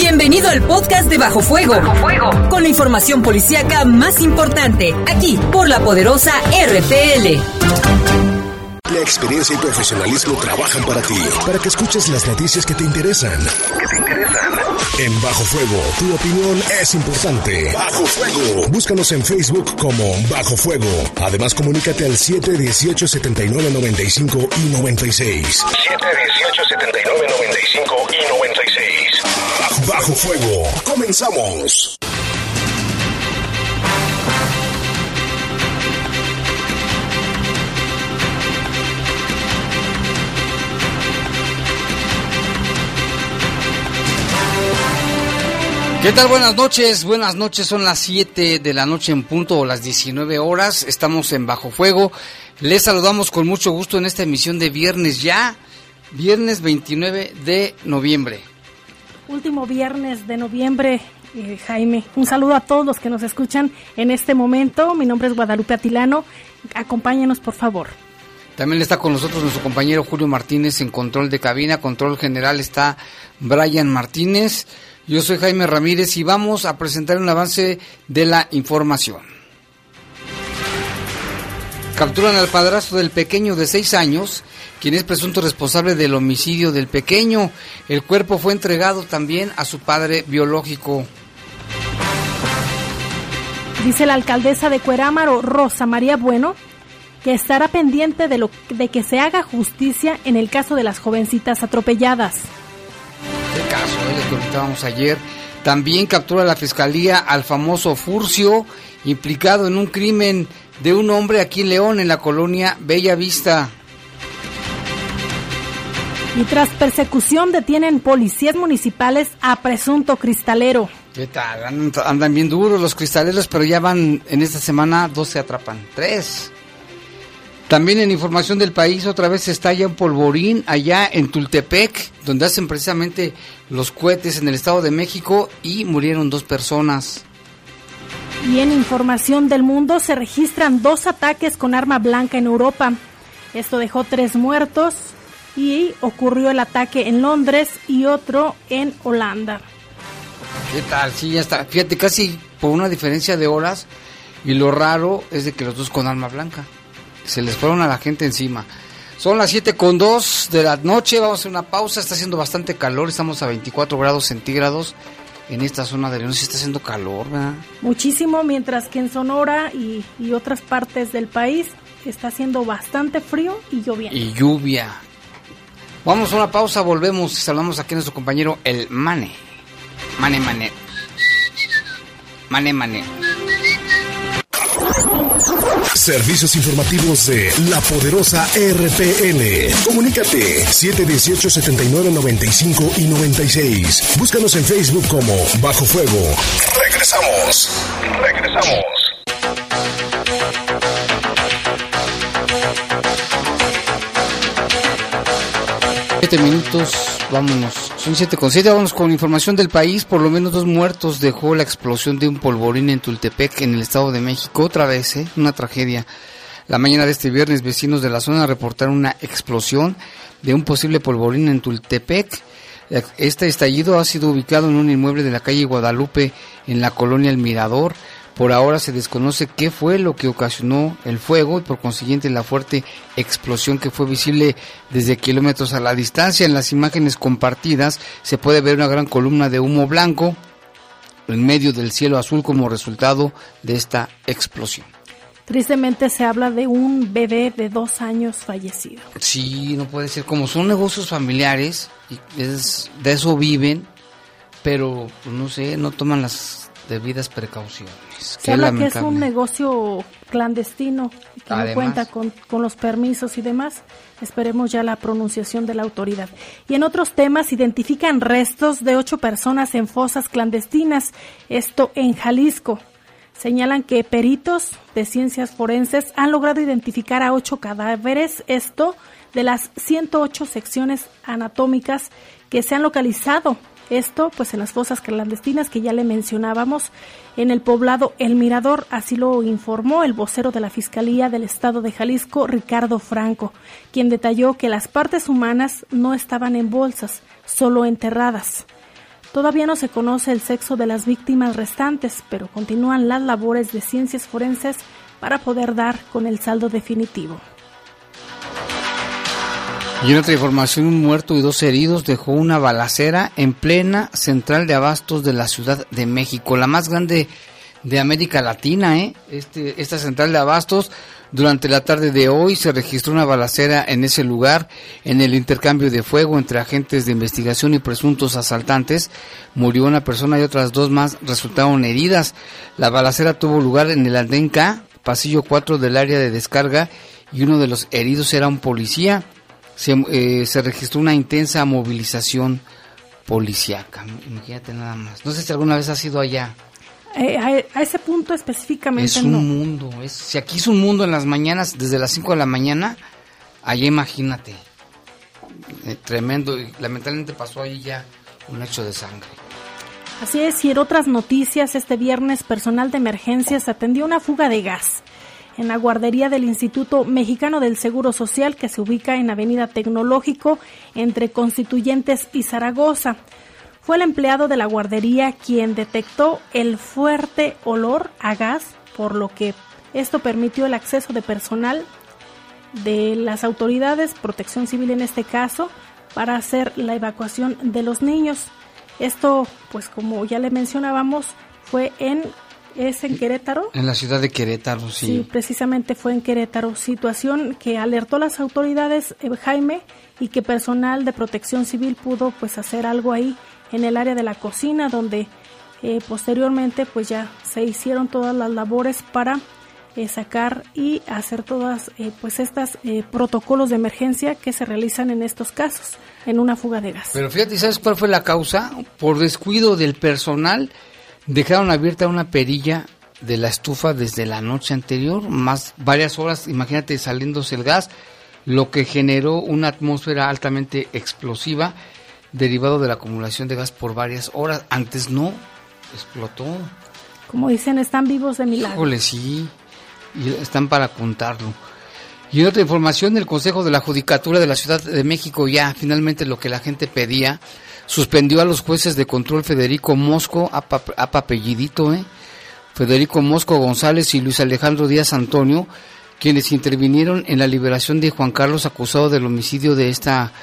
Bienvenido al podcast de Bajo Fuego. Bajo Fuego. Con la información policíaca más importante, aquí por la poderosa RPL. La experiencia y profesionalismo trabajan para ti, para que escuches las noticias que te interesan. En Bajo Fuego, tu opinión es importante. Bajo Fuego. Búscanos en Facebook como Bajo Fuego. Además, comunícate al 718-7995 y 96. 718-7995 y 96. Bajo Fuego. Comenzamos. ¿Qué tal? Buenas noches, son las 7 de la noche en punto o las 19 horas, estamos en Bajo Fuego, les saludamos con mucho gusto en esta emisión de viernes ya, viernes 29 de noviembre. Último viernes de noviembre, Jaime, un saludo a todos los que nos escuchan en este momento, mi nombre es Guadalupe Atilano, acompáñenos por favor. También está con nosotros nuestro compañero Julio Martínez en control de cabina, control general está Brian Martínez. Yo soy Jaime Ramírez y vamos a presentar un avance de la información. Capturan al padrastro del pequeño de 6 años, quien es presunto responsable del homicidio del pequeño. El cuerpo fue entregado también a su padre biológico. Dice la alcaldesa de Cuerámaro, Rosa María Bueno, que estará pendiente de que se haga justicia en el caso de las jovencitas atropelladas. ¿Qué caso? Le comentábamos ayer. También captura la fiscalía al famoso Furcio, implicado en un crimen de un hombre aquí en León, en la colonia Bella Vista. Y tras persecución detienen policías municipales a presunto cristalero. ¿Qué tal? Andan bien duros los cristaleros, pero ya van en esta semana 2 se atrapan, 3. También en información del país, otra vez estalla un polvorín allá en Tultepec, donde hacen precisamente los cohetes en el Estado de México y murieron 2 personas. Y en información del mundo se registran 2 ataques con arma blanca en Europa. Esto dejó 3 muertos y ocurrió el ataque en Londres y otro en Holanda. ¿Qué tal? Sí, ya está. Fíjate, casi por una diferencia de horas, y lo raro es de que los 2 con arma blanca. Se les fueron a la gente encima. Son las 7:02 de la noche, vamos a hacer una pausa, está haciendo bastante calor, estamos a 24 grados centígrados en esta zona de León, sí está haciendo calor, ¿verdad? Muchísimo, mientras que en Sonora y otras partes del país está haciendo bastante frío y lloviendo. Y lluvia. Vamos a una pausa, volvemos y saludamos aquí a nuestro compañero el Mane. Mane. Servicios informativos de la poderosa RPL. Comunícate 718-7995 y 96. Búscanos en Facebook como Bajo Fuego. Regresamos. 7 minutos, vámonos. Son 7:07, vámonos con información del país. Por lo menos 2 muertos dejó la explosión de un polvorín en Tultepec, en el Estado de México. Otra vez, una tragedia. La mañana de este viernes, vecinos de la zona reportaron una explosión de un posible polvorín en Tultepec. Este estallido ha sido ubicado en un inmueble de la calle Guadalupe, en la colonia El Mirador. Por ahora se desconoce qué fue lo que ocasionó el fuego y por consiguiente la fuerte explosión que fue visible desde kilómetros a la distancia. En las imágenes compartidas se puede ver una gran columna de humo blanco en medio del cielo azul como resultado de esta explosión. Tristemente se habla de un bebé de 2 años fallecido. Sí, no puede ser, como son negocios familiares, y de eso viven, pero no sé, no toman las debidas precauciones. Se habla que es un negocio clandestino, que además no cuenta con los permisos y demás. Esperemos ya la pronunciación de la autoridad. Y en otros temas, identifican restos de 8 personas en fosas clandestinas, esto en Jalisco. Señalan que peritos de ciencias forenses han logrado identificar a 8 cadáveres, esto de las 108 secciones anatómicas que se han localizado. Esto, pues, en las fosas clandestinas que ya le mencionábamos en el poblado El Mirador, así lo informó el vocero de la Fiscalía del Estado de Jalisco, Ricardo Franco, quien detalló que las partes humanas no estaban en bolsas, solo enterradas. Todavía no se conoce el sexo de las víctimas restantes, pero continúan las labores de ciencias forenses para poder dar con el saldo definitivo. Y en otra información, un muerto y 2 heridos dejó una balacera en plena central de abastos de la Ciudad de México, la más grande de América Latina, esta central de abastos. Durante la tarde de hoy se registró una balacera en ese lugar. En el intercambio de fuego entre agentes de investigación y presuntos asaltantes, murió una persona y otras 2 más resultaron heridas. La balacera tuvo lugar en el andén K, pasillo 4 del área de descarga, y uno de los heridos era un policía. Se registró una intensa movilización policíaca. Imagínate nada más. No sé si alguna vez has ido allá. A ese punto específicamente es un mundo. Si aquí es un mundo en las mañanas, desde las 5 de la mañana, allá imagínate. Tremendo. Y lamentablemente pasó ahí ya un hecho de sangre. Así es, y en otras noticias, este viernes personal de emergencias atendió una fuga de gas en la guardería del Instituto Mexicano del Seguro Social, que se ubica en Avenida Tecnológico, entre Constituyentes y Zaragoza. Fue el empleado de la guardería quien detectó el fuerte olor a gas, por lo que esto permitió el acceso de personal de las autoridades, Protección Civil en este caso, para hacer la evacuación de los niños. Esto, pues como ya le mencionábamos, ¿es en Querétaro? En la ciudad de Querétaro, sí. Sí, precisamente fue en Querétaro, situación que alertó a las autoridades, Jaime, y que personal de Protección Civil pudo pues hacer algo ahí en el área de la cocina, donde posteriormente pues ya se hicieron todas las labores para sacar y hacer todas pues estas protocolos de emergencia que se realizan en estos casos, en una fuga de gas. Pero fíjate, ¿sabes cuál fue la causa? Por descuido del personal, dejaron abierta una perilla de la estufa desde la noche anterior, más varias horas, imagínate saliéndose el gas, lo que generó una atmósfera altamente explosiva, derivado de la acumulación de gas por varias horas. Antes no, explotó. Como dicen, están vivos de milagro. Híjole, sí, y están para contarlo. Y en otra información, el Consejo de la Judicatura de la Ciudad de México, ya finalmente lo que la gente pedía, suspendió a los jueces de control Federico Mosco, apellidito, Federico Mosco González y Luis Alejandro Díaz Antonio, quienes intervinieron en la liberación de Juan Carlos, acusado del homicidio de esta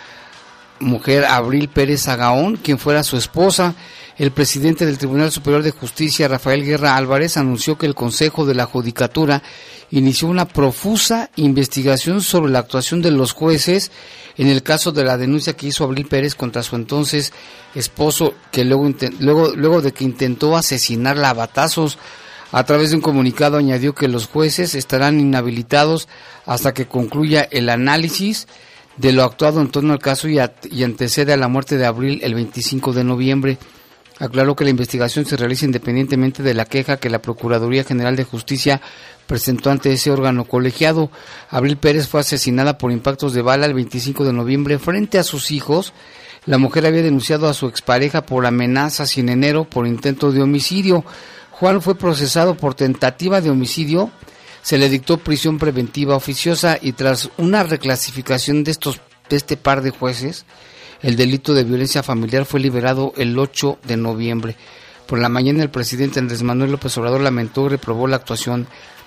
mujer, Abril Pérez Agaón, quien fuera su esposa. El presidente del Tribunal Superior de Justicia, Rafael Guerra Álvarez, anunció que el Consejo de la Judicatura inició una profusa investigación sobre la actuación de los jueces en el caso de la denuncia que hizo Abril Pérez contra su entonces esposo, que luego de que intentó asesinarla a batazos. A través de un comunicado añadió que los jueces estarán inhabilitados hasta que concluya el análisis de lo actuado en torno al caso y antecede a la muerte de Abril el 25 de noviembre. Aclaró que la investigación se realiza independientemente de la queja que la Procuraduría General de Justicia presentó ante ese órgano colegiado. Abril Pérez fue asesinada por impactos de bala el 25 de noviembre frente a sus hijos. La mujer había denunciado a su expareja por amenazas y en enero por intento de homicidio. Juan fue procesado por tentativa de homicidio. Se le dictó prisión preventiva oficiosa y tras una reclasificación de este par de jueces, el delito de violencia familiar fue liberado el 8 de noviembre. Por la mañana el presidente Andrés Manuel López Obrador lamentó y reprobó la actuación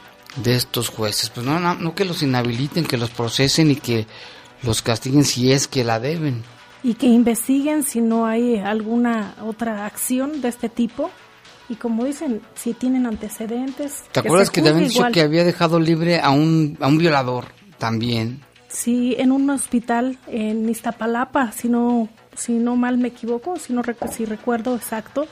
de estos jueces. Pues no que los inhabiliten, que los procesen y que los castiguen si es que la deben. Y que investiguen si no hay alguna otra acción de este tipo. Y como dicen, si tienen antecedentes. ¿Te acuerdas que te habían dicho que había dejado libre a un violador también? Sí, en un hospital en Iztapalapa, si no mal me equivoco, si recuerdo exacto.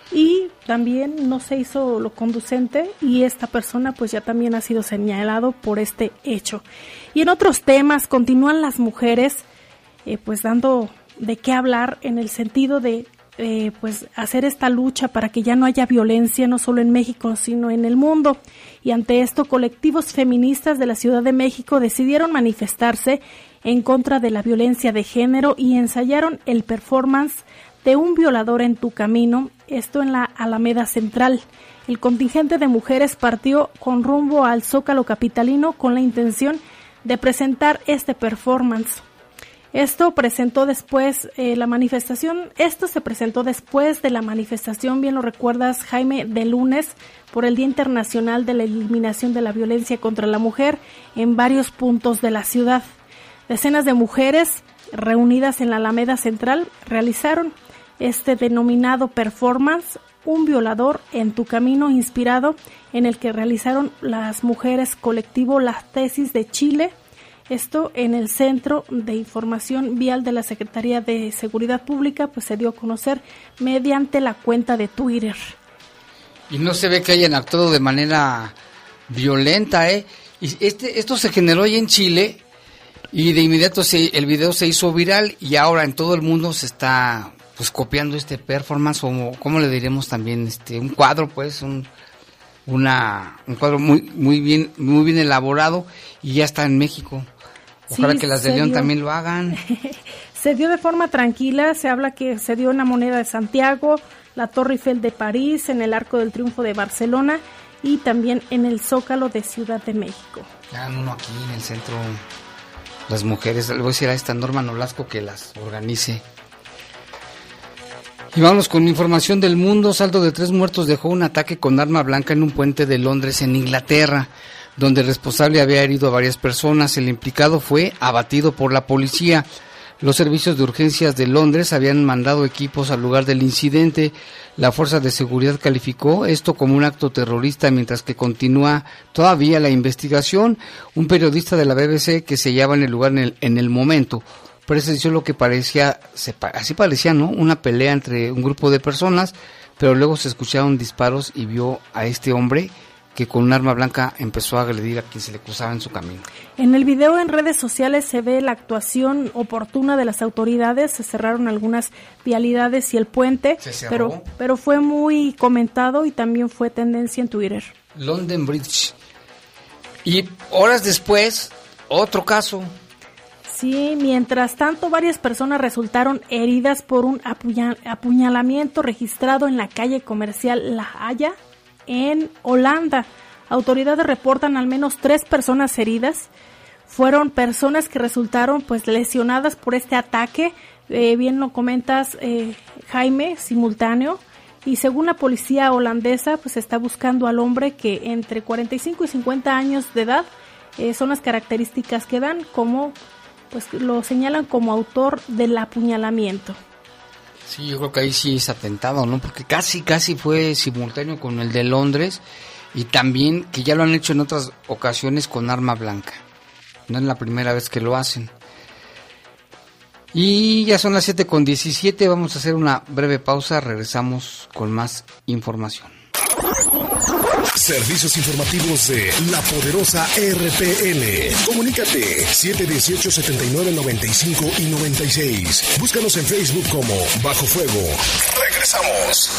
Y también no se hizo lo conducente y esta persona pues ya también ha sido señalado por este hecho. Y en otros temas continúan las mujeres pues dando de qué hablar en el sentido de pues hacer esta lucha para que ya no haya violencia no solo en México sino en el mundo. Y ante esto, colectivos feministas de la Ciudad de México decidieron manifestarse en contra de la violencia de género y ensayaron el performance de Un violador en tu camino, esto en la Alameda Central. El contingente de mujeres partió con rumbo al Zócalo capitalino con la intención de presentar este performance. Esto presentó después la manifestación. Esto se presentó después de la manifestación, bien lo recuerdas, Jaime, de lunes por el Día Internacional de la Eliminación de la Violencia contra la Mujer en varios puntos de la ciudad. Decenas de mujeres reunidas en la Alameda Central realizaron este denominado performance, Un violador en tu camino, inspirado en el que realizaron las mujeres colectivo Las Tesis de Chile. Esto en el Centro de Información Vial de la Secretaría de Seguridad Pública, pues se dio a conocer mediante la cuenta de Twitter. Y no se ve que hayan actuado de manera violenta, Y esto se generó ahí en Chile y de inmediato el video se hizo viral y ahora en todo el mundo se está pues copiando este performance, o ¿cómo le diremos también? Un cuadro, pues, un cuadro muy bien elaborado y ya está en México. Ojalá que las de León también lo hagan. Se dio de forma tranquila, se habla que se dio en la Moneda de Santiago, la Torre Eiffel de París, en el Arco del Triunfo de Barcelona y también en el Zócalo de Ciudad de México. Uno aquí en el centro, las mujeres, le voy a decir a esta Norma Nolasco que las organice. Y vamos con información del mundo. Saldo de 3 muertos dejó un ataque con arma blanca en un puente de Londres, en Inglaterra, donde el responsable había herido a varias personas. El implicado fue abatido por la policía. Los servicios de urgencias de Londres habían mandado equipos al lugar del incidente. La fuerza de seguridad calificó esto como un acto terrorista, mientras que continúa todavía la investigación. Un periodista de la BBC que se hallaba en el lugar en el momento presenció lo que parecía, así parecía, ¿no?, una pelea entre un grupo de personas, pero luego se escucharon disparos y vio a este hombre que con un arma blanca empezó a agredir a quien se le cruzaba en su camino. En el video en redes sociales se ve la actuación oportuna de las autoridades. Se cerraron algunas vialidades y el puente, pero fue muy comentado y también fue tendencia en Twitter. London Bridge. Y horas después, otro caso. Sí, mientras tanto, varias personas resultaron heridas por un apuñalamiento registrado en la calle comercial La Haya, en Holanda. Autoridades reportan al menos 3 personas heridas. Fueron personas que resultaron pues lesionadas por este ataque. Bien lo comentas, Jaime, simultáneo. Y según la policía holandesa, pues está buscando al hombre que entre 45 y 50 años de edad son las características que dan, como pues lo señalan como autor del apuñalamiento. Sí, yo creo que ahí sí es atentado, ¿no? Porque casi fue simultáneo con el de Londres, y también que ya lo han hecho en otras ocasiones con arma blanca. No es la primera vez que lo hacen. Y ya son las 7:17, vamos a hacer una breve pausa, regresamos con más información. Servicios informativos de La Poderosa RPN. Comunícate 718-7995 y 96. Búscanos en Facebook como Bajo Fuego. Regresamos.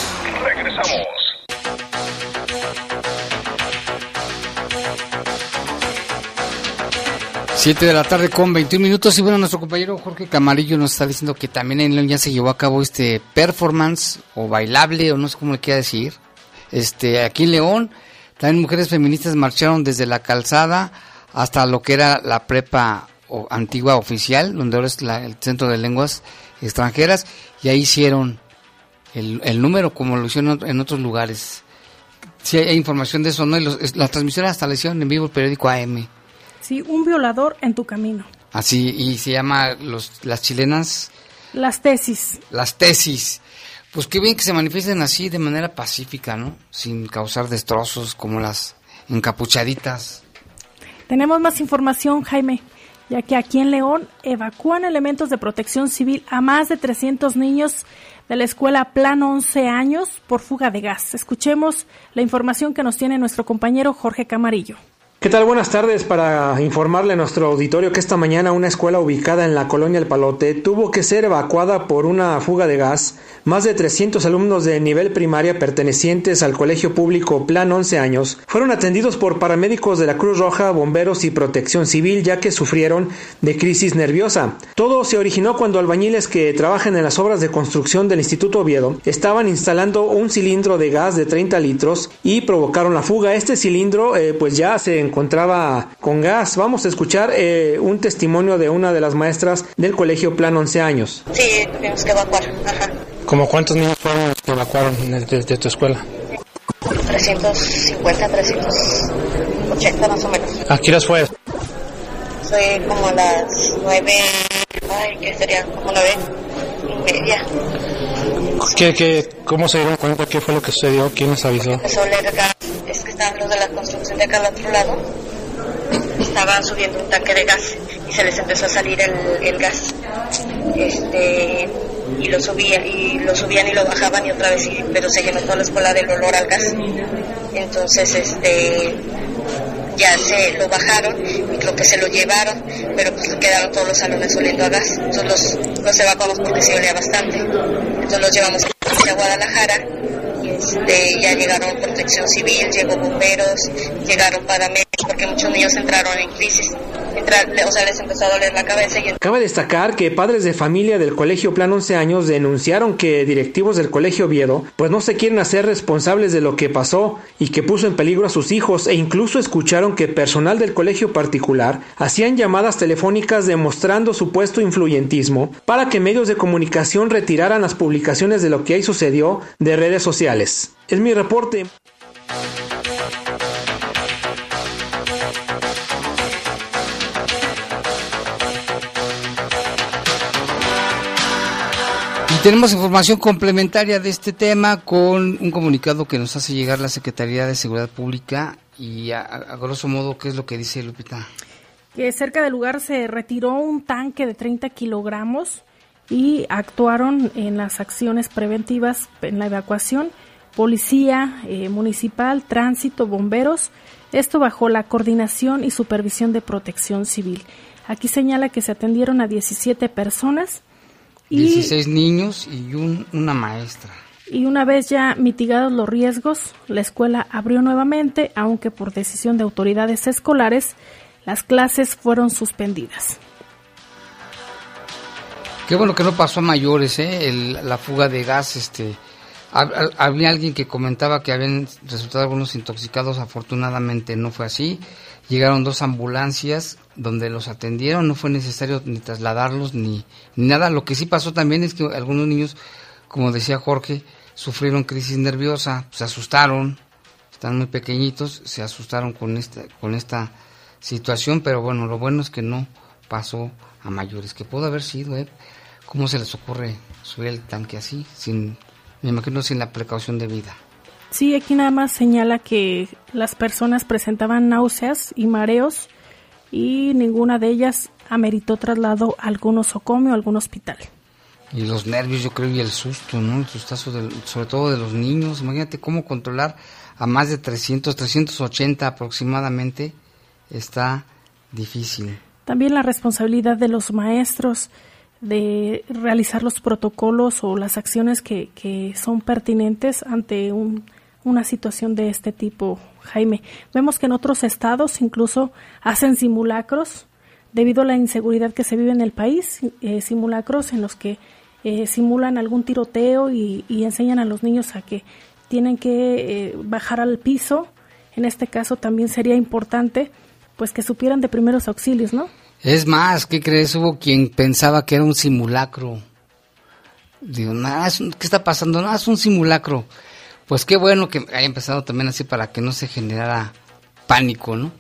7 de la tarde con 21 minutos. Y bueno, nuestro compañero Jorge Camarillo nos está diciendo que también en León ya se llevó a cabo este performance o bailable, o no sé cómo le quiera decir. Aquí en León, también mujeres feministas marcharon desde la Calzada hasta lo que era la prepa antigua oficial, donde ahora es el Centro de Lenguas Extranjeras, y ahí hicieron el número como lo hicieron en otros lugares. Sí, hay información de eso, ¿no? Y las transmisiones hasta la hicieron en vivo el periódico AM. Sí, un violador en tu camino. Así, y se llama las chilenas... Las tesis. Pues qué bien que se manifiesten así de manera pacífica, ¿no? Sin causar destrozos como las encapuchaditas. Tenemos más información, Jaime, ya que aquí en León evacúan elementos de protección civil a más de 300 niños de la escuela Plan 11 años por fuga de gas. Escuchemos la información que nos tiene nuestro compañero Jorge Camarillo. ¿Qué tal? Buenas tardes. Para informarle a nuestro auditorio que esta mañana una escuela ubicada en la colonia El Palote tuvo que ser evacuada por una fuga de gas. Más de 300 alumnos de nivel primaria pertenecientes al colegio público Plan 11 años fueron atendidos por paramédicos de la Cruz Roja, bomberos y protección civil, ya que sufrieron de crisis nerviosa. Todo se originó cuando albañiles que trabajan en las obras de construcción del Instituto Oviedo estaban instalando un cilindro de gas de 30 litros y provocaron la fuga. Este cilindro pues ya se encontraba con gas. Vamos a escuchar un testimonio de una de las maestras del Colegio Plan 11 años. Sí, tuvimos que evacuar. Ajá. ¿Cómo cuántos niños fueron los que evacuaron de tu escuela? 350, 380 más o menos. ¿A qué horas fue? Fue como a las 9, ¿qué sería? Como 9:30. ¿Cómo se dieron cuenta? ¿Qué fue lo que sucedió? ¿Quién les avisó? Empezó a oler gas. Es que estaban los de la construcción de acá al otro lado. Estaban subiendo un tanque de gas y se les empezó a salir el gas. Y lo subían y lo bajaban y otra vez, pero se llenó toda la escuela del olor al gas. Entonces, ya se lo bajaron y creo que se lo llevaron, pero pues quedaron todos los salones oliendo a gas. Entonces los evacuamos porque se olía bastante. Entonces los llevamos a Guadalajara y ya llegaron Protección Civil, llegó bomberos, llegaron paramédicos porque muchos niños entraron en crisis. Les empezó a doler la cabeza. Cabe destacar que padres de familia del Colegio Plan 11 años denunciaron que directivos del Colegio Oviedo pues no se quieren hacer responsables de lo que pasó y que puso en peligro a sus hijos, e incluso escucharon que personal del colegio particular hacían llamadas telefónicas demostrando supuesto influyentismo para que medios de comunicación retiraran las publicaciones de lo que ahí sucedió de redes sociales. Es mi reporte. Tenemos información complementaria de este tema con un comunicado que nos hace llegar la Secretaría de Seguridad Pública y a grosso modo, ¿qué es lo que dice Lupita? Que cerca del lugar se retiró un tanque de 30 kilogramos y actuaron en las acciones preventivas en la evacuación, policía municipal, tránsito, bomberos, esto bajo la coordinación y supervisión de Protección Civil. Aquí señala que se atendieron a 17 personas. 16 niños y una maestra. Y una vez ya mitigados los riesgos, la escuela abrió nuevamente, aunque por decisión de autoridades escolares, las clases fueron suspendidas. Qué bueno que no pasó a mayores, la fuga de gas. Había alguien que comentaba que habían resultado algunos intoxicados, afortunadamente no fue así. Llegaron 2 ambulancias donde los atendieron, no fue necesario ni trasladarlos ni nada. Lo que sí pasó también es que algunos niños, como decía Jorge, sufrieron crisis nerviosa, se asustaron, están muy pequeñitos, se asustaron con esta situación, pero bueno, lo bueno es que no pasó a mayores, que pudo haber sido, ¿cómo se les ocurre subir el tanque así, me imagino sin la precaución debida? Sí, aquí nada más señala que las personas presentaban náuseas y mareos y ninguna de ellas ameritó traslado a algún nosocomio o algún hospital. Y los nervios, yo creo, y el susto, ¿no? El sustazo, sobre todo de los niños. Imagínate cómo controlar a más de 380 aproximadamente, está difícil. También la responsabilidad de los maestros de realizar los protocolos o las acciones que son pertinentes ante una situación de este tipo, Jaime. Vemos que en otros estados incluso hacen simulacros debido a la inseguridad que se vive en el país, simulacros en los que simulan algún tiroteo y enseñan a los niños a que tienen que bajar al piso. En este caso también sería importante pues que supieran de primeros auxilios, ¿no? Es más, ¿qué crees? Hubo quien pensaba que era un simulacro. Digo, ¿qué está pasando? No, es un simulacro. Pues qué bueno que haya empezado también así para que no se generara pánico, ¿no?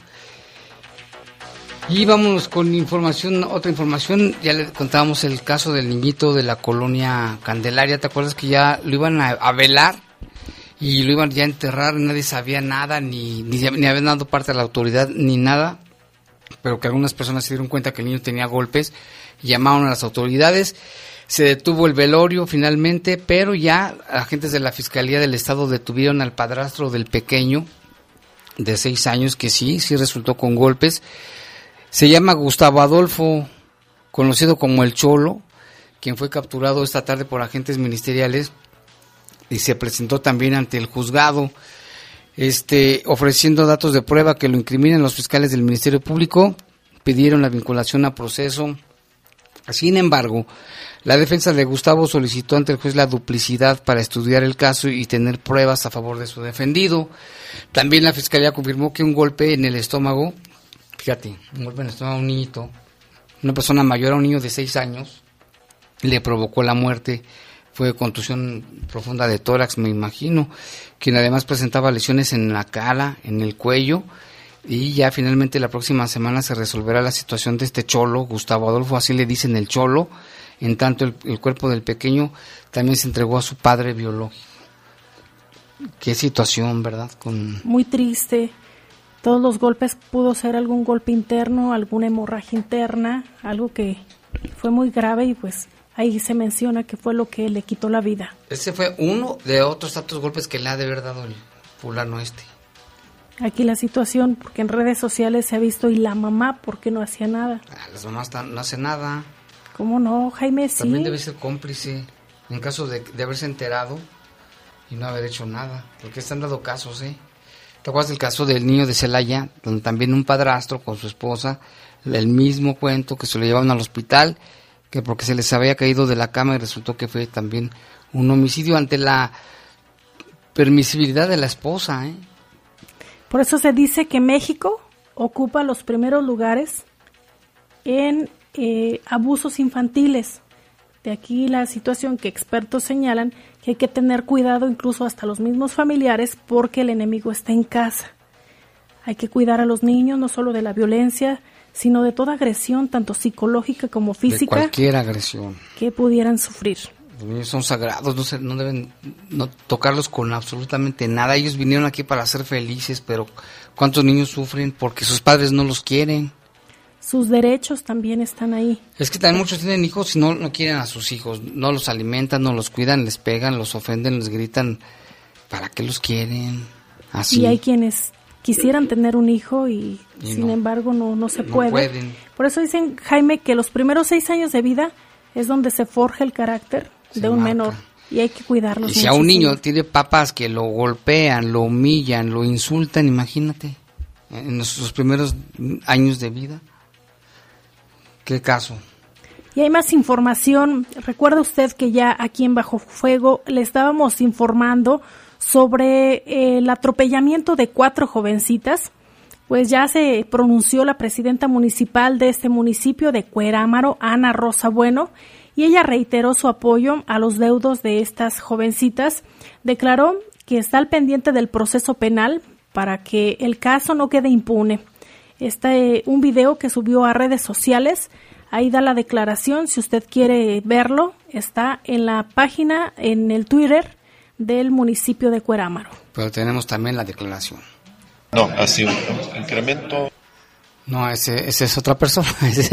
Y vámonos con otra información. Ya le contábamos el caso del niñito de la colonia Candelaria. ¿Te acuerdas que ya lo iban a velar y lo iban ya a enterrar? Nadie sabía nada, ni habían dado parte a la autoridad, ni nada. Pero que algunas personas se dieron cuenta que el niño tenía golpes, llamaron a las autoridades, se detuvo el velorio finalmente, pero ya agentes de la Fiscalía del Estado detuvieron al padrastro del pequeño de 6 años, que sí resultó con golpes. Se llama Gustavo Adolfo, conocido como el Cholo, quien fue capturado esta tarde por agentes ministeriales y se presentó también ante el juzgado. Ofreciendo datos de prueba que lo incriminen. Los fiscales del Ministerio Público pidieron la vinculación a proceso Sin embargo, la defensa de Gustavo solicitó ante el juez la duplicidad para estudiar el caso y tener pruebas a favor de su defendido. También la fiscalía confirmó que un golpe en el estómago, un golpe en el estómago a un niñito, una persona mayor a un niño de 6 años, le provocó la muerte. Fue contusión profunda de tórax, me imagino, quien además presentaba lesiones en la cara, en el cuello, y ya finalmente la próxima semana se resolverá la situación de este cholo, Gustavo Adolfo, así le dicen el cholo. En tanto el cuerpo del pequeño también se entregó a su padre biológico. Qué situación, ¿verdad? Muy triste. Todos los golpes pudo ser algún golpe interno, alguna hemorragia interna, algo que fue muy grave y pues ahí se menciona que fue lo que le quitó la vida. Ese fue uno de otros tantos golpes que le ha de haber dado el fulano este. Aquí la situación, porque en redes sociales se ha visto, y la mamá, ¿por qué no hacía nada? Las mamás no hacen nada. ¿Cómo no, Jaime? Sí. También debe ser cómplice en caso de haberse enterado y no haber hecho nada, porque se han dado casos, ¿eh? ¿Te acuerdas del caso del niño de Celaya, donde también un padrastro con su esposa, el mismo cuento, que se lo llevaban al hospital, que porque se les había caído de la cama y resultó que fue también un homicidio ante la permisibilidad de la esposa, ¿eh? Por eso se dice que México ocupa los primeros lugares en abusos infantiles. De aquí la situación que expertos señalan que hay que tener cuidado, incluso hasta los mismos familiares, porque el enemigo está en casa. Hay que cuidar a los niños no solo de la violencia, sino de toda agresión, tanto psicológica como física. De cualquier agresión que pudieran sufrir. Los niños son sagrados, no deben tocarlos con absolutamente nada. Ellos vinieron aquí para ser felices, pero ¿cuántos niños sufren porque sus padres no los quieren? Sus derechos también están ahí. Es que también muchos tienen hijos y no quieren a sus hijos, no los alimentan, no los cuidan, les pegan, los ofenden, les gritan. ¿Para qué los quieren? Así. Y hay quienes quisieran tener un hijo y sin embargo no se puede. Pueden. Por eso dicen, Jaime, que los primeros 6 años de vida es donde se forja el carácter de un menor y hay que cuidarlos. Y si a un niño tiene papás que lo golpean, lo humillan, lo insultan, imagínate, en sus primeros años de vida. ¿Qué caso? Y hay más información. Recuerda usted que ya aquí en Bajo Fuego le estábamos informando sobre el atropellamiento de 4 jovencitas. Pues ya se pronunció la presidenta municipal de este municipio de Cuerámaro, Ana Rosa Bueno, y ella reiteró su apoyo a los deudos de estas jovencitas. Declaró que está al pendiente del proceso penal para que el caso no quede impune. Un video que subió a redes sociales, ahí da la declaración, si usted quiere verlo, está en la página, en el Twitter del municipio de Cuerámaro. Pero tenemos también la declaración. No, ha sido un incremento. No, ese es otra persona,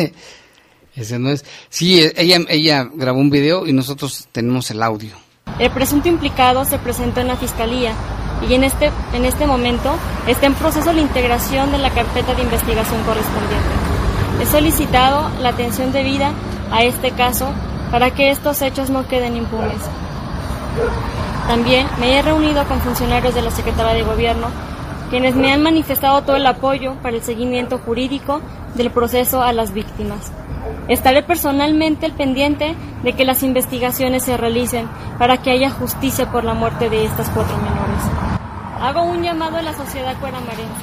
ese no es. Sí, ella grabó un video y nosotros tenemos el audio. El presunto implicado se presentó en la fiscalía y en este momento está en proceso la integración de la carpeta de investigación correspondiente. He solicitado la atención debida a este caso para que estos hechos no queden impunes. También me he reunido con funcionarios de la Secretaría de Gobierno, quienes me han manifestado todo el apoyo para el seguimiento jurídico del proceso a las víctimas. Estaré personalmente al pendiente de que las investigaciones se realicen para que haya justicia por la muerte de estas 4 menores. Hago un llamado a la sociedad cueramarense.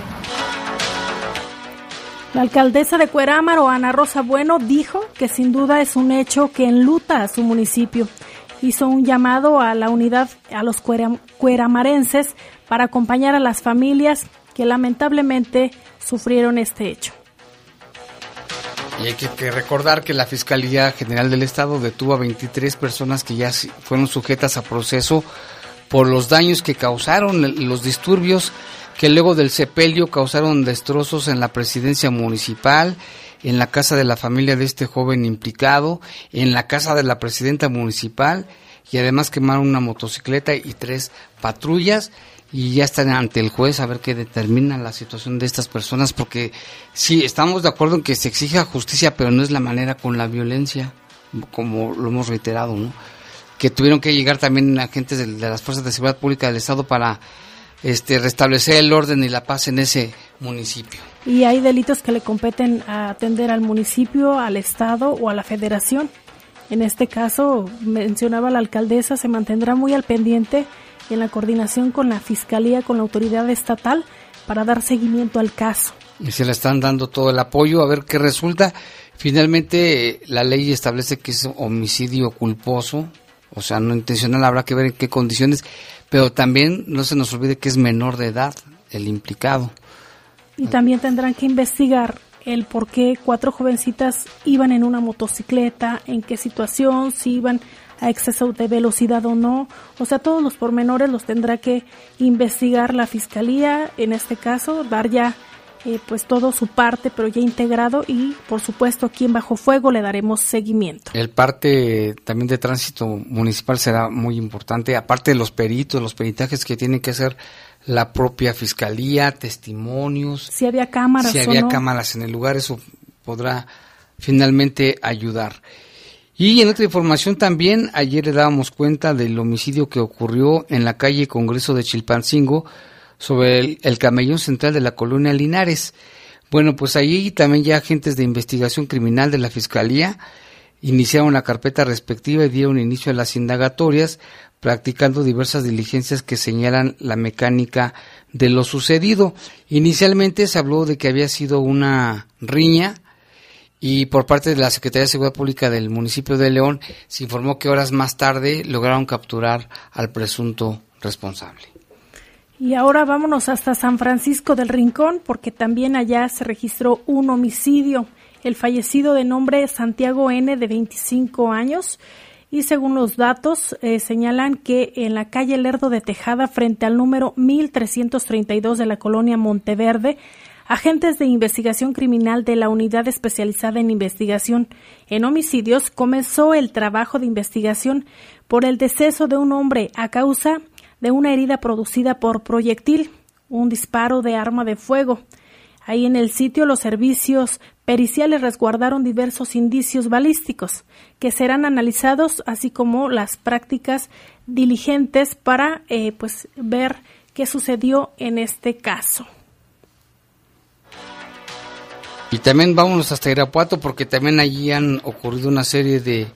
La alcaldesa de Cuerámaro, Ana Rosa Bueno, dijo que sin duda es un hecho que enluta a su municipio. Hizo un llamado a la unidad, a los cueramarenses, para acompañar a las familias que lamentablemente sufrieron este hecho. Y hay que recordar que la Fiscalía General del Estado detuvo a 23 personas que ya fueron sujetas a proceso por los daños que causaron, los disturbios que luego del sepelio causaron destrozos en la presidencia municipal, en la casa de la familia de este joven implicado, en la casa de la presidenta municipal, y además quemaron una motocicleta y 3 patrullas, y ya están ante el juez a ver qué determina la situación de estas personas, porque sí, estamos de acuerdo en que se exija justicia, pero no es la manera con la violencia, como lo hemos reiterado, ¿no? Que tuvieron que llegar también agentes de las Fuerzas de Seguridad Pública del Estado para restablecer el orden y la paz en ese municipio. Y hay delitos que le competen a atender al municipio, al estado o a la federación. En este caso, mencionaba la alcaldesa, se mantendrá muy al pendiente en la coordinación con la Fiscalía, con la autoridad estatal, para dar seguimiento al caso. Y se le están dando todo el apoyo a ver qué resulta. Finalmente, la ley establece que es homicidio culposo, o sea, no intencional, habrá que ver en qué condiciones, pero también no se nos olvide que es menor de edad el implicado. Y también tendrán que investigar el por qué 4 jovencitas iban en una motocicleta, en qué situación, si iban a exceso de velocidad o no. O sea, todos los pormenores los tendrá que investigar la Fiscalía, en este caso, dar ya pues todo su parte, pero ya integrado, y por supuesto aquí en Bajo Fuego le daremos seguimiento. El parte también de tránsito municipal será muy importante, aparte de los peritos, los peritajes que tiene que hacer la propia Fiscalía, testimonios. Si había cámaras si o había no. cámaras en el lugar, eso podrá finalmente ayudar. Y en otra información también, ayer le dábamos cuenta del homicidio que ocurrió en la calle Congreso de Chilpancingo, sobre el camellón central de la colonia Linares. Bueno, pues ahí también ya agentes de investigación criminal de la Fiscalía iniciaron la carpeta respectiva y dieron inicio a las indagatorias, practicando diversas diligencias que señalan la mecánica de lo sucedido. Inicialmente se habló de que había sido una riña, y por parte de la Secretaría de Seguridad Pública del municipio de León se informó que horas más tarde lograron capturar al presunto responsable. Y ahora vámonos hasta San Francisco del Rincón, porque también allá se registró un homicidio. El fallecido, de nombre Santiago N., de 25 años, y según los datos señalan que en la calle Lerdo de Tejada, frente al número 1332 de la colonia Monteverde, agentes de investigación criminal de la Unidad Especializada en Investigación en Homicidios comenzó el trabajo de investigación por el deceso de un hombre a causa de una herida producida por proyectil, un disparo de arma de fuego. Ahí en el sitio los servicios periciales resguardaron diversos indicios balísticos que serán analizados, así como las prácticas diligentes para pues ver qué sucedió en este caso. Y también vámonos hasta Irapuato, porque también allí han ocurrido una serie de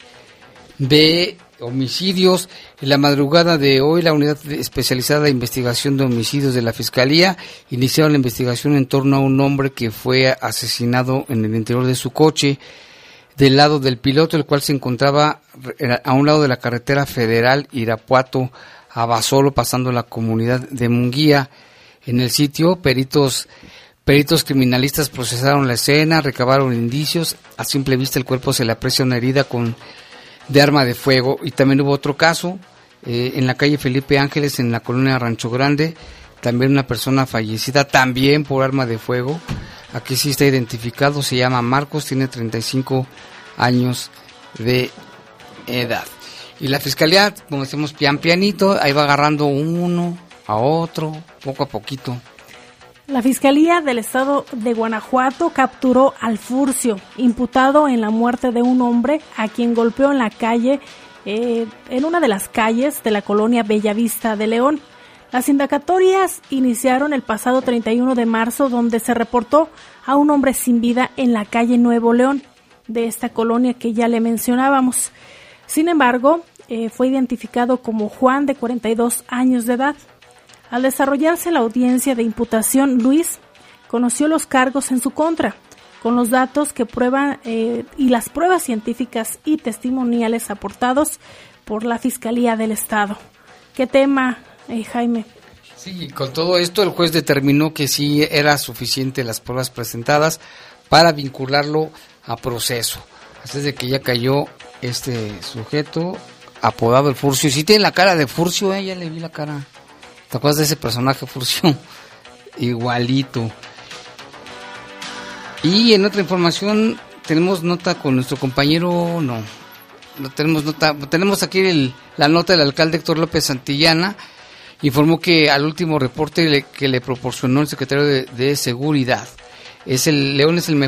homicidios. En la madrugada de hoy, la Unidad Especializada de Investigación de Homicidios de la Fiscalía iniciaron la investigación en torno a un hombre que fue asesinado en el interior de su coche, del lado del piloto, el cual se encontraba a un lado de la carretera federal Irapuato a Basolo, pasando la comunidad de Munguía. En el sitio, peritos criminalistas procesaron la escena, recabaron indicios. A simple vista el cuerpo se le aprecia una herida de arma de fuego. Y también hubo otro caso en la calle Felipe Ángeles, en la colonia Rancho Grande, también una persona fallecida, también por arma de fuego. Aquí sí está identificado, se llama Marcos, tiene 35 años de edad. Y la Fiscalía, como decimos, pianito, ahí va agarrando uno a otro, poco a poquito. La Fiscalía del Estado de Guanajuato capturó al Furcio, imputado en la muerte de un hombre a quien golpeó en la calle, en una de las calles de la colonia Bellavista de León. Las indagatorias iniciaron el pasado 31 de marzo, donde se reportó a un hombre sin vida en la calle Nuevo León, de esta colonia que ya le mencionábamos. Sin embargo, fue identificado como Juan, de 42 años de edad. Al desarrollarse la audiencia de imputación, Luis conoció los cargos en su contra, con los datos que prueban y las pruebas científicas y testimoniales aportados por la Fiscalía del Estado. ¿Qué tema, Jaime? Sí, con todo esto el juez determinó que sí era suficiente las pruebas presentadas para vincularlo a proceso. Así es de que ya cayó este sujeto apodado el Furcio. Sí tiene la cara de Furcio, ya le vi la cara. ¿Te acuerdas de ese personaje Furcio? Igualito. Y en otra información tenemos nota con nuestro compañero, no tenemos nota, tenemos aquí la nota del alcalde Héctor López Santillana. Informó que al último reporte que le proporcionó el secretario de Seguridad, León es el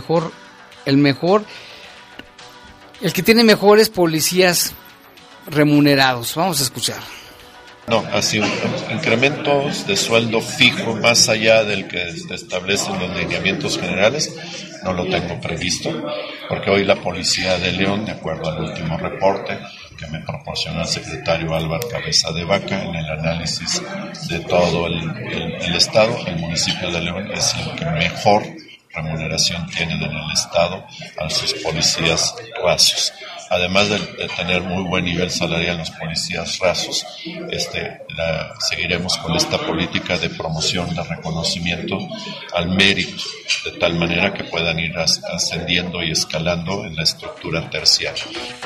que tiene mejores policías remunerados. Vamos a escuchar. No, así incrementos de sueldo fijo más allá del que establecen los lineamientos generales, no lo tengo previsto, porque hoy la Policía de León, de acuerdo al último reporte que me proporcionó el secretario Álvaro Cabeza de Vaca, en el análisis de todo el estado, el municipio de León es el que mejor remuneración tienen en el estado a sus policías rasos. Además de tener muy buen nivel salarial los policías rasos, seguiremos con esta política de promoción, de reconocimiento al mérito, de tal manera que puedan ir ascendiendo y escalando en la estructura terciaria.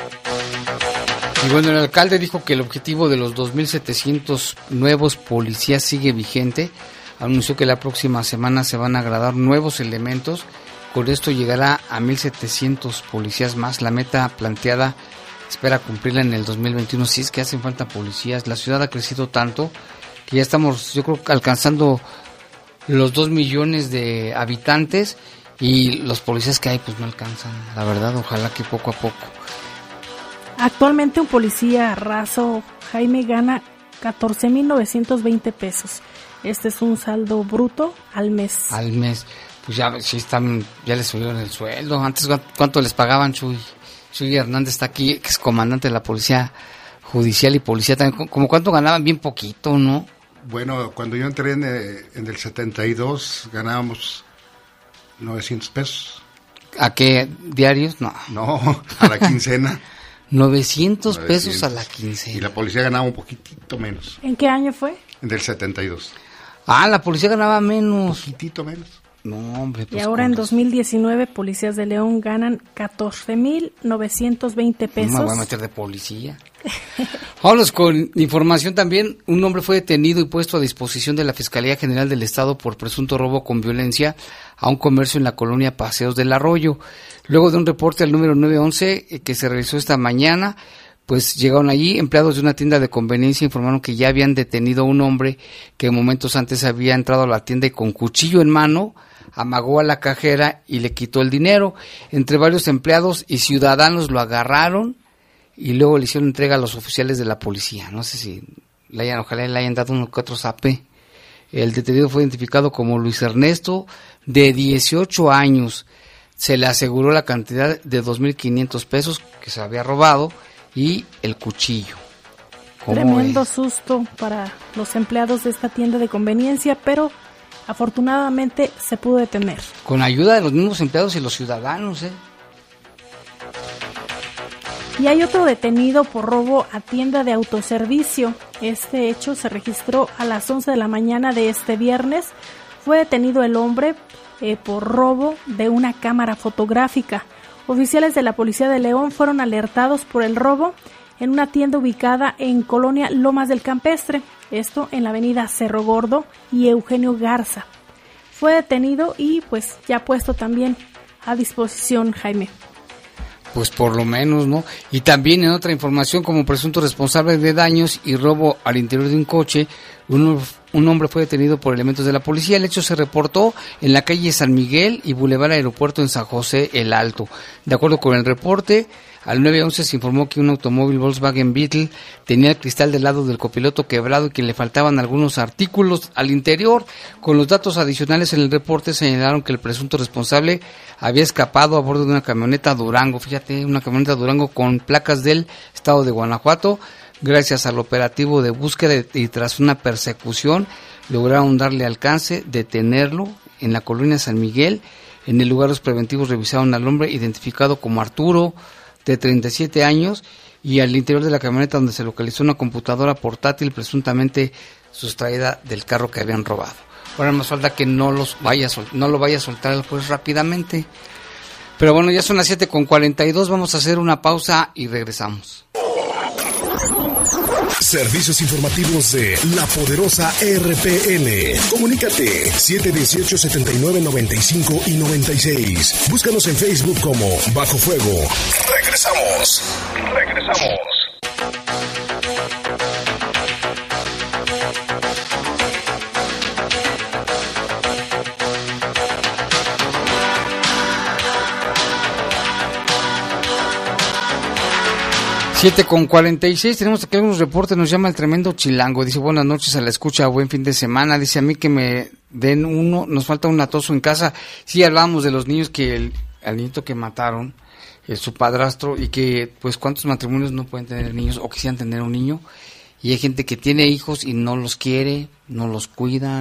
Y bueno, el alcalde dijo que el objetivo de los 2.700 nuevos policías sigue vigente. Anunció que la próxima semana se van a agradar nuevos elementos. Con esto llegará a 1.700 policías más. La meta planteada espera cumplirla en el 2021. Si es que hacen falta policías. La ciudad ha crecido tanto que ya estamos, yo creo, alcanzando los 2 millones de habitantes y los policías que hay pues no alcanzan. La verdad, ojalá que poco a poco. Actualmente un policía raso, Jaime, gana 14,920 pesos. Este es un saldo bruto al mes. Al mes. Pues ya les subieron el sueldo. Antes, ¿cuánto les pagaban? Chuy Hernández está aquí, que es comandante de la Policía Judicial y Policía también. ¿Cómo cuánto ganaban? Bien poquito, ¿no? Bueno, cuando yo entré en el 72 ganábamos 900 pesos. ¿A qué? ¿Diarios? No, a la quincena. 900 pesos a la quincena. Y la policía ganaba un poquitito menos. ¿En qué año fue? En el 72. La policía ganaba menos. Poquitito menos. No, hombre. Pues y ahora en 2019, policías de León ganan 14,920 pesos. No me voy a meter de policía. Vámonos con información también. Un hombre fue detenido y puesto a disposición de la Fiscalía General del Estado por presunto robo con violencia a un comercio en la colonia Paseos del Arroyo. Luego de un reporte al número 911 que se realizó esta mañana, pues llegaron allí empleados de una tienda de conveniencia, informaron que ya habían detenido a un hombre que momentos antes había entrado a la tienda y con cuchillo en mano amagó a la cajera y le quitó el dinero. Entre varios empleados y ciudadanos lo agarraron y luego le hicieron entrega a los oficiales de la policía. No sé si ojalá le hayan dado uno que otro zape. El detenido fue identificado como Luis Ernesto, de 18 años. Se le aseguró la cantidad de 2,500 pesos que se había robado y el cuchillo. Tremendo susto para los empleados de esta tienda de conveniencia, pero afortunadamente se pudo detener. Con ayuda de los mismos empleados y los ciudadanos, Y hay otro detenido por robo a tienda de autoservicio. Este hecho se registró a las 11 de la mañana de este viernes. Fue detenido el hombre por robo de una cámara fotográfica. Oficiales de la Policía de León fueron alertados por el robo en una tienda ubicada en Colonia Lomas del Campestre, esto en la avenida Cerro Gordo y Eugenio Garza. Fue detenido y pues ya puesto también a disposición, Jaime. Pues por lo menos, ¿no? Y también en otra información, como presunto responsable de daños y robo al interior de un coche, un hombre fue detenido por elementos de la policía. El hecho se reportó en la calle San Miguel y Boulevard Aeropuerto en San José el Alto. De acuerdo con el reporte, al 911 se informó que un automóvil Volkswagen Beetle tenía el cristal del lado del copiloto quebrado y que le faltaban algunos artículos al interior. Con los datos adicionales en el reporte señalaron que el presunto responsable había escapado a bordo de una camioneta Durango. Fíjate, una camioneta Durango con placas del estado de Guanajuato. Gracias al operativo de búsqueda y tras una persecución lograron darle alcance, detenerlo en la colonia San Miguel. En el lugar los preventivos revisaron al hombre identificado como Arturo, de 37 años, y al interior de la camioneta donde se localizó una computadora portátil presuntamente sustraída del carro que habían robado. Ahora más falta que no lo vaya a soltar el juez rápidamente. Pero bueno, ya son las 7:42, vamos a hacer una pausa y regresamos. Servicios informativos de La Poderosa RPN. Comunícate 718-7995 y 96. Búscanos en Facebook como Bajo Fuego. Regresamos. 7:46, tenemos aquí algunos reportes, nos llama el tremendo Chilango, dice buenas noches a la escucha, buen fin de semana, dice a mí que me den uno, nos falta un atoso en casa. Sí, hablábamos de los niños al nieto que mataron, su padrastro, y que pues cuántos matrimonios no pueden tener niños o quisieran tener un niño, y hay gente que tiene hijos y no los quiere, no los cuida,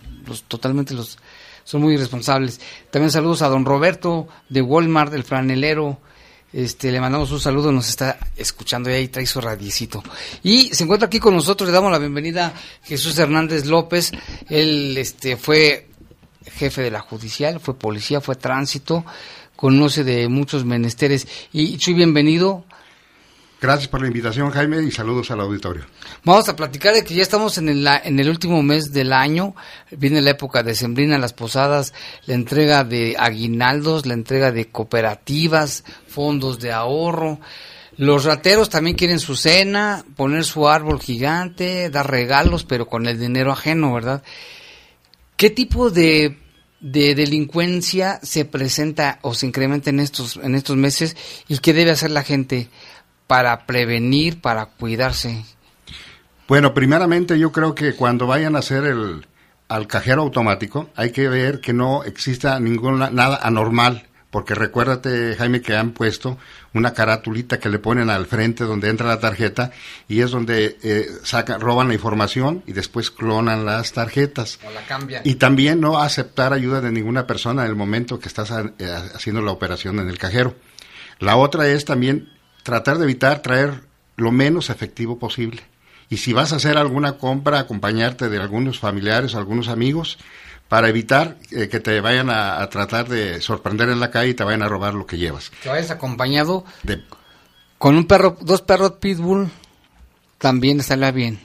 son muy irresponsables. También saludos a don Roberto de Walmart, del franelero. Le mandamos un saludo, nos está escuchando y ahí trae su radiecito. Y se encuentra aquí con nosotros, le damos la bienvenida a Jesús Hernández López. Él fue jefe de la judicial, fue policía, fue tránsito, conoce de muchos menesteres. Y Chuy, bienvenido. Gracias por la invitación, Jaime, y saludos al auditorio. Vamos a platicar de que ya estamos en el último mes del año, viene la época decembrina, las posadas, la entrega de aguinaldos, la entrega de cooperativas, fondos de ahorro. Los rateros también quieren su cena, poner su árbol gigante, dar regalos, pero con el dinero ajeno, ¿verdad? ¿Qué tipo de delincuencia se presenta o se incrementa en estos meses y qué debe hacer la gente para prevenir, para cuidarse? Bueno, primeramente yo creo que cuando vayan a hacer al cajero automático, hay que ver que no exista nada anormal, porque recuérdate, Jaime, que han puesto una carátulita que le ponen al frente donde entra la tarjeta y es donde roban la información y después clonan las tarjetas. O la cambian. Y también no aceptar ayuda de ninguna persona en el momento que estás haciendo la operación en el cajero. La otra es también tratar de evitar traer lo menos efectivo posible. Y si vas a hacer alguna compra, acompañarte de algunos familiares, algunos amigos, para evitar que te vayan a tratar de sorprender en la calle y te vayan a robar lo que llevas. Que vayas acompañado con un perro, 2 perros pitbull, también estaría bien.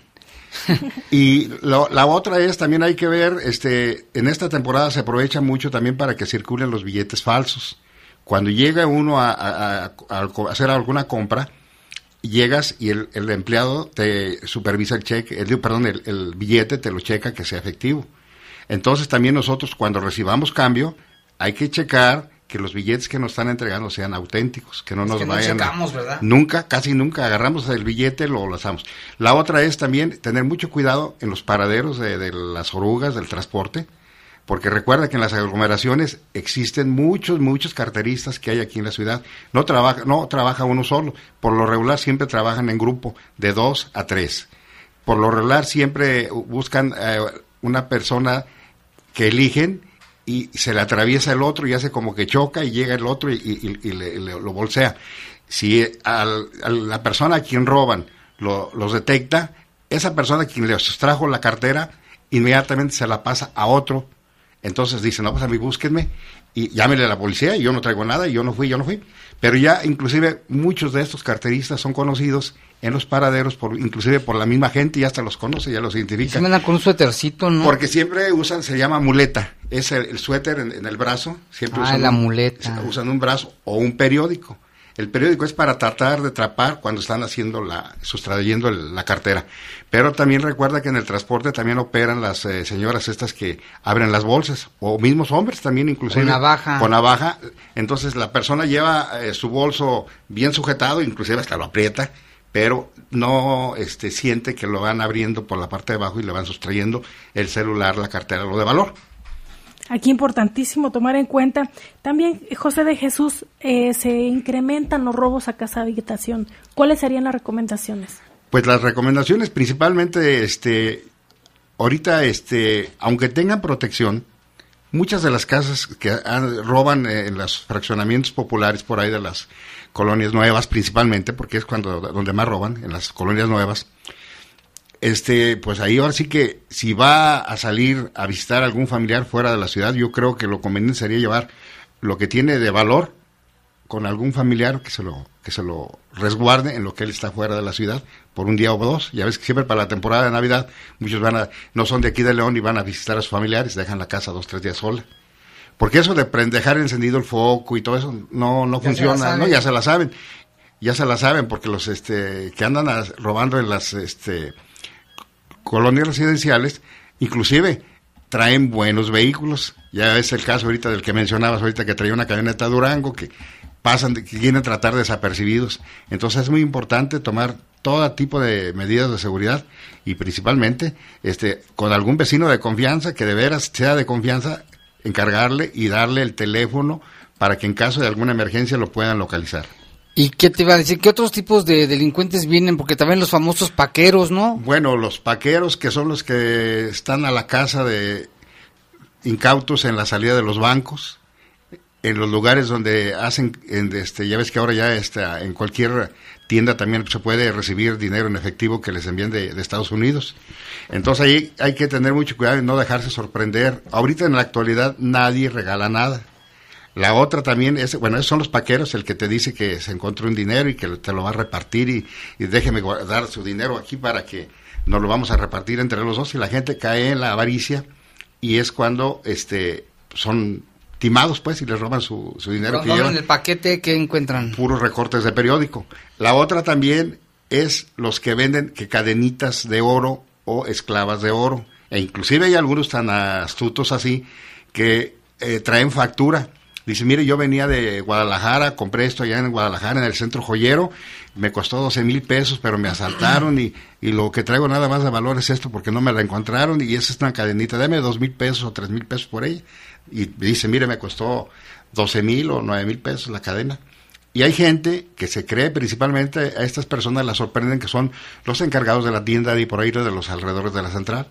Y la otra es, también hay que ver, en esta temporada se aprovecha mucho también para que circulen los billetes falsos. Cuando llega uno a hacer alguna compra, llegas y el empleado te supervisa el cheque, el billete te lo checa que sea efectivo. Entonces también nosotros cuando recibamos cambio, hay que checar que los billetes que nos están entregando sean auténticos, que no nos vayan. No checamos, ¿verdad? Casi nunca agarramos el billete, lo lanzamos. La otra es también tener mucho cuidado en los paraderos de las orugas, del transporte, porque recuerda que en las aglomeraciones existen muchos carteristas que hay aquí en la ciudad. No trabaja uno solo, por lo regular siempre trabajan en grupo de 2 a 3. Por lo regular siempre buscan una persona que eligen y se le atraviesa el otro y hace como que choca y llega el otro y lo bolsea. Si a la persona a quien roban los detecta, esa persona a quien le sustrajo la cartera inmediatamente se la pasa a otro. Entonces dice, no, pues a mí búsquenme y llámenle a la policía y yo no traigo nada y yo no fui. Pero ya inclusive muchos de estos carteristas son conocidos en los paraderos, inclusive por la misma gente, ya hasta los conoce, ya los identifica. Se me dan con un suétercito, ¿no? Porque siempre se llama muleta, es el suéter en el brazo. Siempre usan la muleta. Usan un brazo o un periódico. El periódico es para tratar de atrapar cuando están sustrayendo la cartera. Pero también recuerda que en el transporte también operan las señoras estas que abren las bolsas, o mismos hombres también inclusive. Con navaja. Entonces la persona lleva su bolso bien sujetado, inclusive hasta lo aprieta, pero no siente que lo van abriendo por la parte de abajo y le van sustrayendo el celular, la cartera, lo de valor. Aquí importantísimo tomar en cuenta, también José de Jesús, se incrementan los robos a casa habitación. ¿Cuáles serían las recomendaciones? Pues las recomendaciones principalmente, ahorita, aunque tengan protección, muchas de las casas que roban en los fraccionamientos populares por ahí de las colonias nuevas principalmente, porque es donde más roban, en las colonias nuevas, pues ahí ahora sí que si va a salir a visitar a algún familiar fuera de la ciudad, yo creo que lo conveniente sería llevar lo que tiene de valor con algún familiar que se lo resguarde en lo que él está fuera de la ciudad por un día o 2. Ya ves que siempre para la temporada de Navidad muchos no son de aquí de León y van a visitar a sus familiares, dejan la casa 2 o 3 días sola. Porque eso de dejar encendido el foco y todo eso no funciona, ¿no? Ya se la saben porque los que andan robando en las colonias residenciales, inclusive traen buenos vehículos. Ya es el caso ahorita del que mencionabas ahorita, que traía una camioneta Durango, que quieren tratar desapercibidos. Entonces es muy importante tomar todo tipo de medidas de seguridad y principalmente con algún vecino de confianza, que de veras sea de confianza, encargarle y darle el teléfono para que en caso de alguna emergencia lo puedan localizar. ¿Y qué te iba a decir? ¿Qué otros tipos de delincuentes vienen? Porque también los famosos paqueros, ¿no? Bueno, los paqueros, que son los que están a la casa de incautos en la salida de los bancos, en los lugares donde hacen, ya ves que ahora ya en cualquier tienda también se puede recibir dinero en efectivo que les envían de Estados Unidos. Entonces ahí hay que tener mucho cuidado y no dejarse sorprender. Ahorita en la actualidad nadie regala nada. La otra también es, esos son los paqueros, el que te dice que se encontró un dinero y que te lo va a repartir y déjeme guardar su dinero aquí para que nos lo vamos a repartir entre los dos, y la gente cae en la avaricia y es cuando son timados pues y les roban su dinero. Cuando abren el paquete, ¿qué encuentran? Puros recortes de periódico. La otra también es los que venden cadenitas de oro o esclavas de oro, e inclusive hay algunos tan astutos así que traen factura. Dice, mire, yo venía de Guadalajara, compré esto allá en Guadalajara, en el centro joyero, me costó 12,000 pesos, pero me asaltaron y lo que traigo nada más de valor es esto, porque no me la encontraron, y esa es una cadenita, dame 2,000 pesos o 3,000 pesos por ella. Y dice, mire, me costó 12,000 o 9,000 pesos la cadena. Y hay gente que se cree, principalmente a estas personas las sorprenden, que son los encargados de la tienda y por ahí de los alrededores de la central,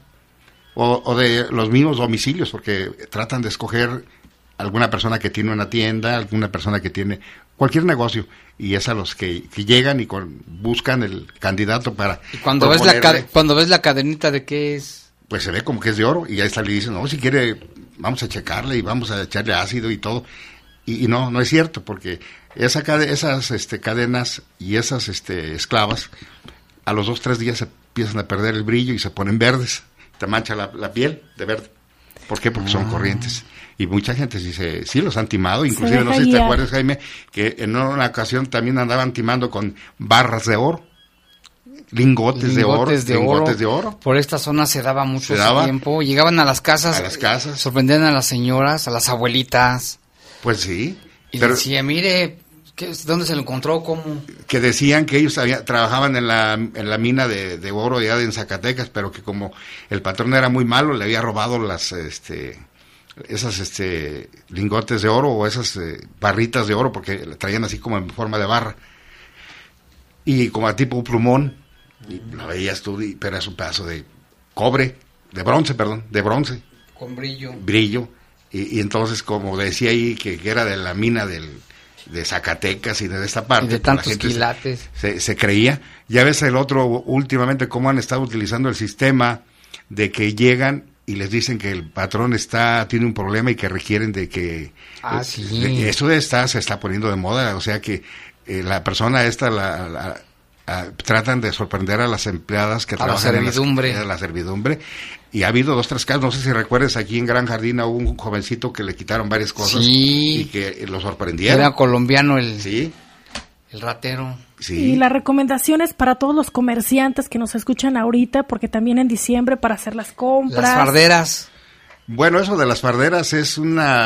o de los mismos domicilios, porque tratan de escoger alguna persona que tiene una tienda, alguna persona que tiene cualquier negocio, y es a los que llegan y buscan el candidato para... ¿Y cuando ves la cadenita, de qué es? Pues se ve como que es de oro, y ahí está, le dicen, no, si quiere, vamos a checarle y vamos a echarle ácido y todo, y no es cierto, porque esas cadenas y esas esclavas, a los 2-3 días se empiezan a perder el brillo y se ponen verdes, te mancha la piel de verde. ¿Por qué? Porque son corrientes. Y mucha gente dice, sí, los han timado, inclusive no sé si te acuerdas, Jaime, que en una ocasión también andaban timando con barras de oro, lingotes de oro. Por esta zona se daba mucho tiempo, llegaban a las casas, sorprendían a las señoras, a las abuelitas. Pues sí. Y decía, mire, ¿dónde se lo encontró? ¿Cómo? Que decían que ellos trabajaban en la mina de oro allá en Zacatecas, pero que como el patrón era muy malo, le había robado esas lingotes de oro o esas barritas de oro, porque la traían así como en forma de barra y como a tipo plumón, y lo veías tú, pero es un pedazo de bronce con brillo y entonces, como decía ahí que era de la mina de Zacatecas y de esta parte, y de tantos quilates se creía. Ya ves el otro últimamente cómo han estado utilizando el sistema de que llegan y les dicen que el patrón tiene un problema y que requieren de que... sí. Eso se está poniendo de moda, o sea que la persona tratan de sorprender a las empleadas que trabajan en la servidumbre. Y ha habido 2-3 casos, no sé si recuerdas, aquí en Gran Jardín hubo un jovencito que le quitaron varias cosas y que lo sorprendieron. Era colombiano el ratero. Sí. Y las recomendaciones para todos los comerciantes que nos escuchan ahorita, porque también en diciembre para hacer las compras. Las farderas. Bueno, eso de las farderas es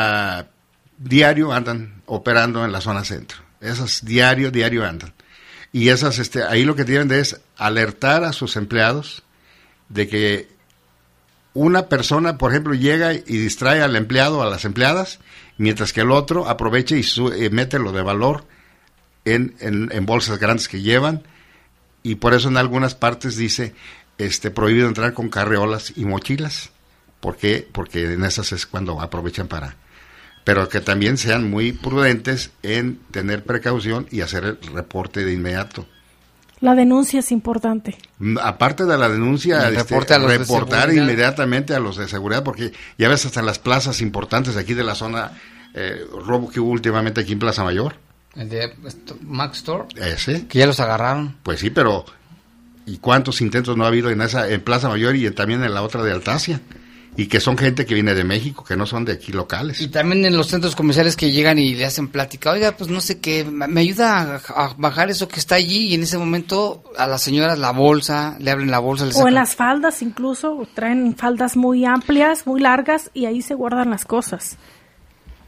diario andan operando en la zona centro. Esas diario andan. Y esas, ahí lo que tienen es alertar a sus empleados de que una persona, por ejemplo, llega y distrae al empleado o a las empleadas, mientras que el otro aprovecha y mete lo de valor en bolsas grandes que llevan, y por eso en algunas partes dice prohibido entrar con carriolas y mochilas. ¿Por qué? Porque en esas es cuando aprovechan pero que también sean muy prudentes en tener precaución y hacer el reporte de inmediato. La denuncia es importante. Aparte de la denuncia, reportar inmediatamente a los de seguridad, porque ya ves hasta en las plazas importantes de aquí de la zona, robo que hubo últimamente aquí en Plaza Mayor. El de Max Store. Ese. Que ya los agarraron. Pues sí, pero ¿y cuántos intentos no ha habido en Plaza Mayor y también en la otra de Altasia? Y que son gente que viene de México, que no son de aquí locales. Y también en los centros comerciales que llegan y le hacen plática, oiga, pues no sé qué, me ayuda a bajar eso que está allí, y en ese momento a las señoras la bolsa, le abren la bolsa. Le sacan. O en las faldas incluso, traen faldas muy amplias, muy largas, y ahí se guardan las cosas.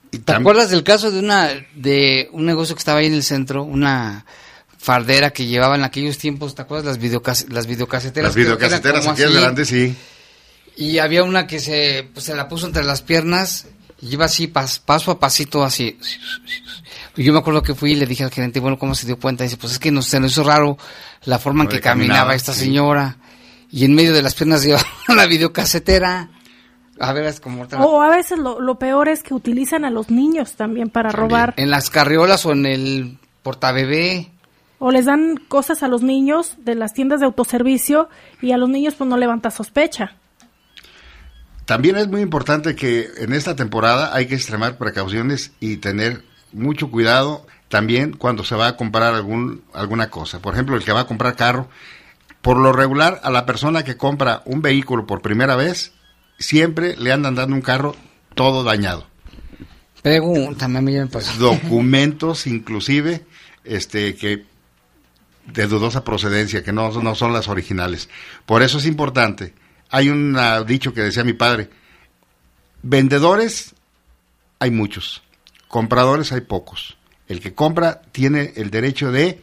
¿Te acuerdas del caso de un negocio que estaba ahí en el centro, una fardera que llevaba en aquellos tiempos, ¿te acuerdas? Las videocaseteras. Las videocaseteras aquí adelante, sí. Y había una que se la puso entre las piernas y iba así, paso a pasito, así. Y yo me acuerdo que fui y le dije al gerente, bueno, ¿cómo se dio cuenta? Y dice, pues es que se nos hizo raro la forma en que caminaba esta señora. Y en medio de las piernas llevaba la videocasetera. A ver, es como otra. O a veces lo peor es que utilizan a los niños también para robar. En las carriolas o en el portabebé. O les dan cosas a los niños de las tiendas de autoservicio y a los niños pues no levanta sospecha. También es muy importante que en esta temporada hay que extremar precauciones y tener mucho cuidado también cuando se va a comprar alguna cosa. Por ejemplo, el que va a comprar carro, por lo regular a la persona que compra un vehículo por primera vez, siempre le andan dando un carro todo dañado. Pregúntame, a mí ya me pasó. Documentos inclusive que de dudosa procedencia, que no son las originales. Por eso es importante. Hay un dicho que decía mi padre, vendedores hay muchos, compradores hay pocos. El que compra tiene el derecho de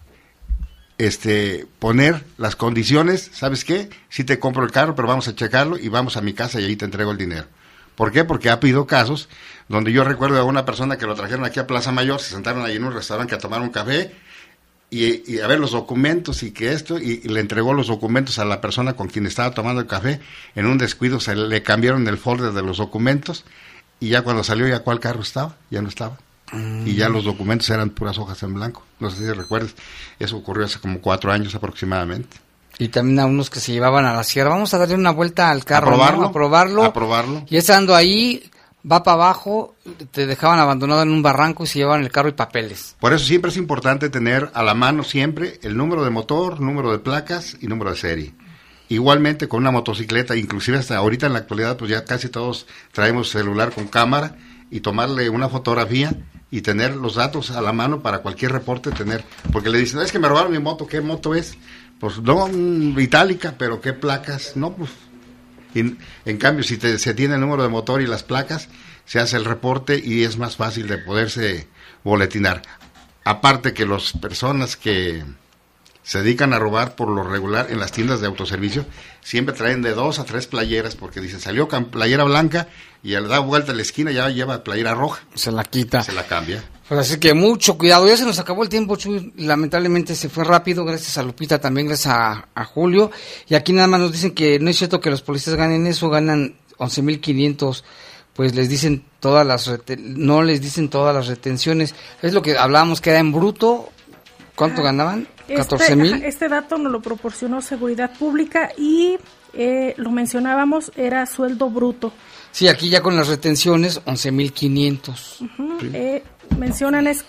poner las condiciones, ¿sabes qué? Sí te compro el carro, pero vamos a checarlo y vamos a mi casa y ahí te entrego el dinero. ¿Por qué? Porque ha habido casos donde yo recuerdo a una persona que lo trajeron aquí a Plaza Mayor, se sentaron ahí en un restaurante a tomar un café y a ver los documentos y que y le entregó los documentos a la persona con quien estaba tomando el café. En un descuido se le cambiaron el folder de los documentos y ya cuando salió, ¿ya cuál carro estaba? Ya no estaba. Y ya los documentos eran puras hojas en blanco. No sé si recuerdas, eso ocurrió hace como 4 años aproximadamente. Y también a unos que se llevaban a la sierra, vamos a darle una vuelta al carro, a probarlo. Y estando ahí, va para abajo, te dejaban abandonado en un barranco y se llevaban el carro y papeles. Por eso siempre es importante tener a la mano siempre el número de motor, número de placas y número de serie. Igualmente con una motocicleta, inclusive hasta ahorita en la actualidad, pues ya casi todos traemos celular con cámara y tomarle una fotografía y tener los datos a la mano para cualquier reporte porque le dicen, es que me robaron mi moto, ¿qué moto es? Pues no, itálica, pero ¿qué placas? No, pues, en cambio, si se tiene el número de motor y las placas, se hace el reporte y es más fácil de poderse boletinar. Aparte que las personas que se dedican a robar por lo regular en las tiendas de autoservicio, siempre traen de 2 a 3 playeras, porque dicen, salió playera blanca y al dar vuelta a la esquina ya lleva playera roja. Se la quita. Se la cambia. Pues así que mucho cuidado, ya se nos acabó el tiempo, Chuy, lamentablemente se fue rápido, gracias a Lupita, también gracias a Julio, y aquí nada más nos dicen que no es cierto que los policías ganen eso, ganan 11,500, pues les dicen no les dicen todas las retenciones, es lo que hablábamos que era en bruto, ¿cuánto ganaban? 14,000. Este dato nos lo proporcionó Seguridad Pública y lo mencionábamos, era sueldo bruto. Sí, aquí ya con las retenciones, 11,500. Sí. Mencionan es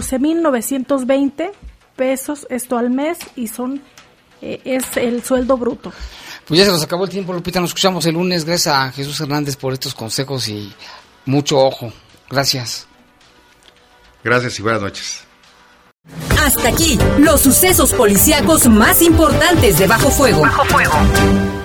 14,920 pesos esto al mes y es el sueldo bruto. Pues ya se nos acabó el tiempo, Lupita, nos escuchamos el lunes. Gracias a Jesús Hernández por estos consejos y mucho ojo. Gracias. Gracias y buenas noches. Hasta aquí, los sucesos policíacos más importantes de Bajo Fuego. Bajo Fuego.